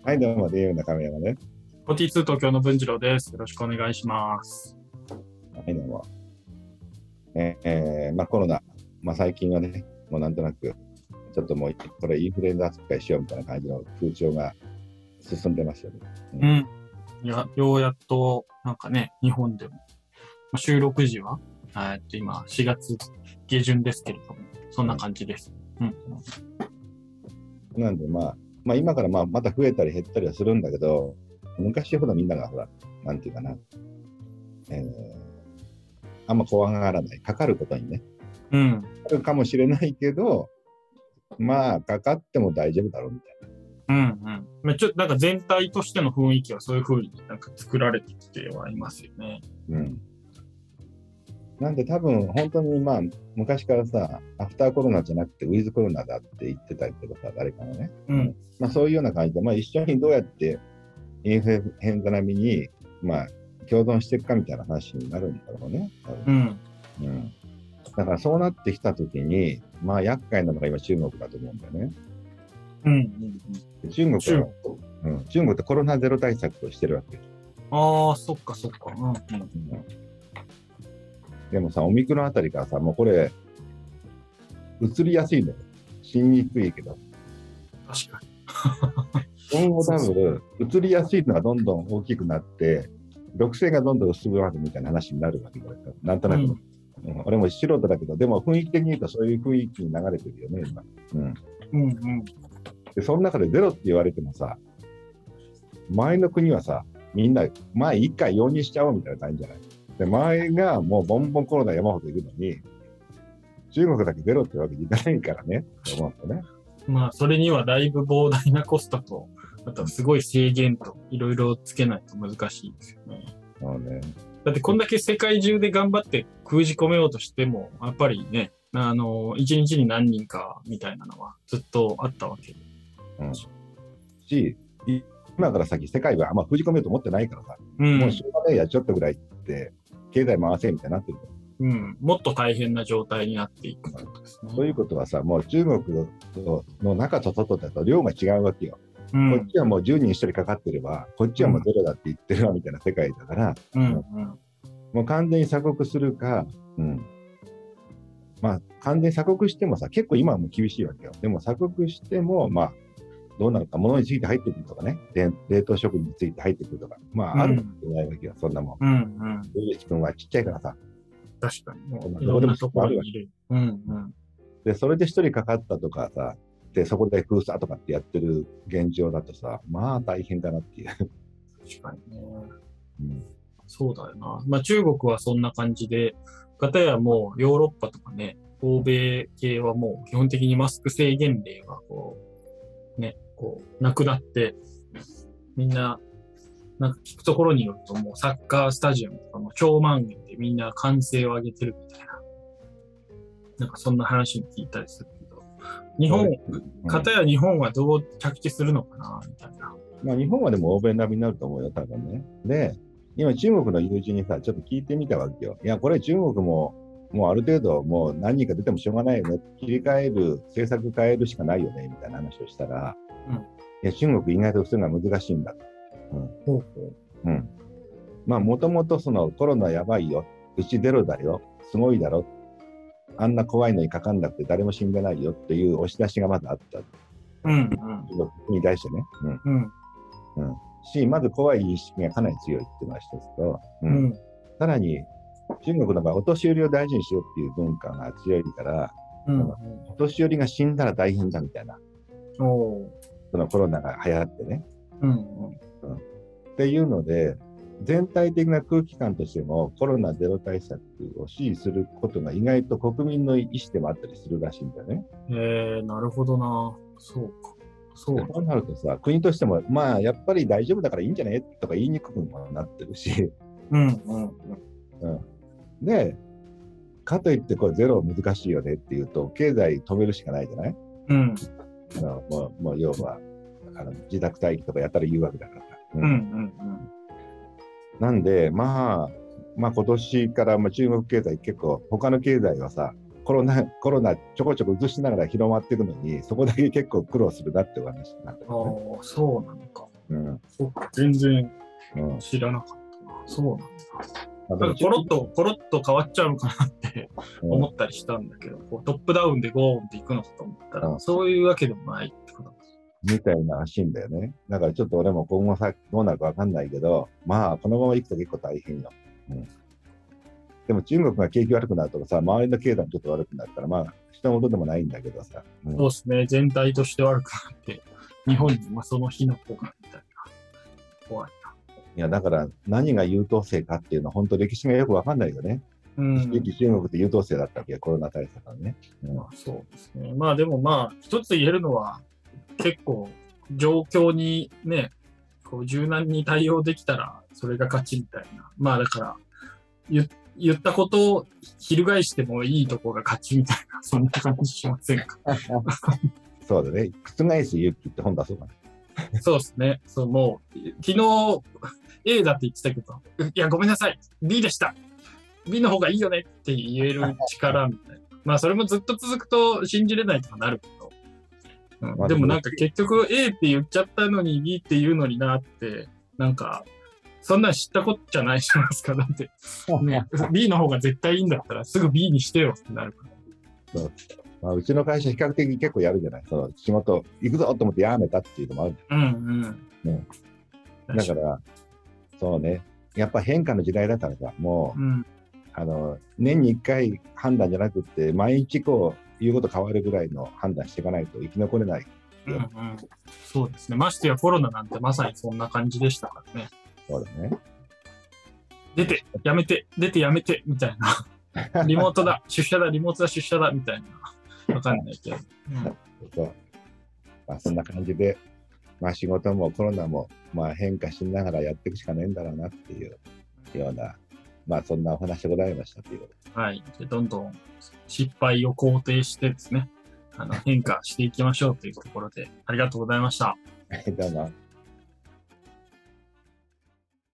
はい、どうも、DM の亀山ね。 42東京の文次郎です。よろしくお願いします。 はい、どうも。コロナ、最近はね、もうなんとなく、ちょっともう、これインフルエンザ扱いしようみたいな感じの風潮が進んでますよね。 うん。いや、ようやっと、なんかね、日本でも、収録時は、今、4月下旬ですけれども、そんな感じです。うん。 なんで、今からまた増えたり減ったりはするんだけど、昔ほどみんながほら、なんていうかな、あんま怖がらない、かかることにね、 うん。 かかるかもしれないけど、かかっても大丈夫だろうみたいな。 うんうん。なんか全体としての雰囲気はそういう風になんか作られてきてはいますよね。 うん。なんで多分本当に昔からさ、アフターコロナじゃなくてウィズコロナだって言ってたけどさ、誰かがね。 うん。 そういうような感じで、一緒にどうやってインフルエンザ並みに、共存していくかみたいな話になるんだろうね。 うん。 うん。だからそうなってきたときに、厄介なのが今中国だと思うんだよね。 うん。うん。 中国は、中国ってコロナゼロ対策をしてるわけ。 ああ、そっかそっか。うん。 でもさ、オミクロンあたりからさ、もうこれ、移りやすいんだよ。死ににくいけど。 確かに。 今後多分、移りやすいのがどんどん大きくなって、毒性がどんどん薄まるみたいな話になるわけだから、なんとなく、俺も素人だけど、でも雰囲気的に言うとそういう雰囲気に流れてるよね、今。で、その中でゼロって言われてもさ、前の国はさ、みんな、一回4にしちゃおうみたいな感じじゃない。で、前がもうボンボンコロナ山ほどいるのに、中国だけゼロってわけにいかないからね、と思うんだね。 それにはだいぶ膨大なコストと、あとはすごい制限と、いろいろつけないと難しいですよね。 そうね。 だってこんだけ世界中で頑張って封じ込めようとしても、やっぱりね、一日に何人かみたいなのはずっとあったわけ。 今から先世界は封じ込めようと思ってないからさ、もうしょうがないやちょっとぐらいって経済回せみたいになってる。 もっと大変な状態になっていくってことですね。 そういうことはさ、もう中国の中と外だと量が違うわけよ。こっちはもう10人1人かかってれば、こっちはもうゼロだって言ってるわみたいな世界だから、もう完全に鎖国するか、完全に鎖国してもさ、結構今はもう厳しいわけよ。でも鎖国しても、どうなるか、物について入ってくるとかね、冷凍食品について入ってくるとか、あるかもしれないわけよ、そんなもん。自分はちっちゃいからさ。 確かに。 どこでもそこあるわけ。で、それで一人かかったとかさ、で、そこで封鎖とかってやってる現状だとさ、大変だなっていう。確かにね。そうだよな。中国はそんな感じで、片やもうヨーロッパとかね、欧米系はもう基本的にマスク制限令がなくなって、みんな、なんか聞くところによるともうサッカースタジアムとかも超満員でみんな歓声を上げてるみたいな。なんかそんな話に聞いたりするけど、片や日本はどう着地するのかな、みたいな。 日本はでも欧米並みになると思うよ、多分ね。で、今中国の友人にさ、ちょっと聞いてみたわけよ。いや、これ中国もうある程度もう何人か出てもしょうがないよね。切り替える、政策変えるしかないよね、みたいな話をしたら、いや、中国意外とするのが難しいんだと。もともとそのコロナやばいよ。うちゼロだよ。すごいだろ。あんな怖いのにかかんなくて誰も死んでないよっていう押し出しがまずあった。中国に対してね。まず怖い意識がかなり強いっていうのが一つと、さらに中国の場合、お年寄りを大事にしようっていう文化が強いから、お年寄りが死んだら大変だみたいな、そのコロナが流行ってね。っていうので、全体的な空気感としてもコロナゼロ対策を支持することが意外と国民の意思でもあったりするらしいんだよね。 なるほどな。そうか。 そうなるとさ、国としても、やっぱり大丈夫だからいいんじゃねとか言いにくくもなってるし。で、かといってこれゼロ難しいよねっていうと、経済止めるしかないじゃない。もう要は自宅待機とかやったら言うわけだから。なんで、今年から中国経済結構、他の経済はさ、コロナちょこちょこ移しながら広まっていくのに、そこだけ結構苦労するなってお話なんだよね。 そうなのか。 うん。 そっか、全然うん。 知らなかったな。そうなんだ。 まあ、でもなんかコロッと変わっちゃうのかなって思ったりしたんだけど、こうトップダウンでゴーンっていくのかと思ったら、 うんそういうわけでもないってことなんです。 みたいならしいんだよね。だからちょっと俺も今後さどうなるかわかんないけど、まあこのまま行くと結構大変よ。うん、でも中国が景気悪くなるとかさ、周りの経済もちょっと悪くなるから、まあ人事でもないんだけどさ。うん、 そうですね。全体として悪くなって、日本にその火の粉がみたいな。怖いな。 いやだから何が優等生かっていうのは本当歴史がよくわかんないよね。 うん。 中国って優等生だったわけよ、コロナ対策はね。うん、 まあそうですね。まあでもまあ、一つ言えるのは、結構状況にね、こう柔軟に対応できたら、それが勝ちみたいな。まあだから、言ったことを翻してもいいところが勝ちみたいな、そんな感じしませんか。 そうだね。覆す勇気って本出そうかな。 そうですね。そう、もう、昨日 A だって言ってたけど、いや、ごめんなさい。B でした。B の方がいいよねって言える力みたいな。まあ、それもずっと続くと信じれないとかなるけど。うん、でもなんか結局 A って言っちゃったのに B って言うのになって、なんか、そんなん知ったことじゃないじゃないですか。だって、ね、B の方が絶対いいんだったらすぐ B にしてよってなるから。 そう、まあ、うちの会社比較的結構やるじゃない。その仕事行くぞと思ってやめたっていうのもあるじゃない。うん。だから、そうね。やっぱ変化の時代だからさ、もう、年に1回判断じゃなくて、毎日こう、言うこと変わるぐらいの判断していかないと生き残れない。 そうですね。ましてやコロナなんてまさにそんな感じでしたからね。 そうだね。 出て、やめて、みたいな。リモートだ、出社だ、リモートだ、出社だ、みたいな。わかんないけど。 そうまあ、そんな感じで、まあ、仕事もコロナもまあ変化しながらやっていくしかないんだろうなっていうような、まあそんなお話でございましたということで。 はい。でどんどん失敗を肯定してですね、変化していきましょうというところで、ありがとうございました。 はい、どうも。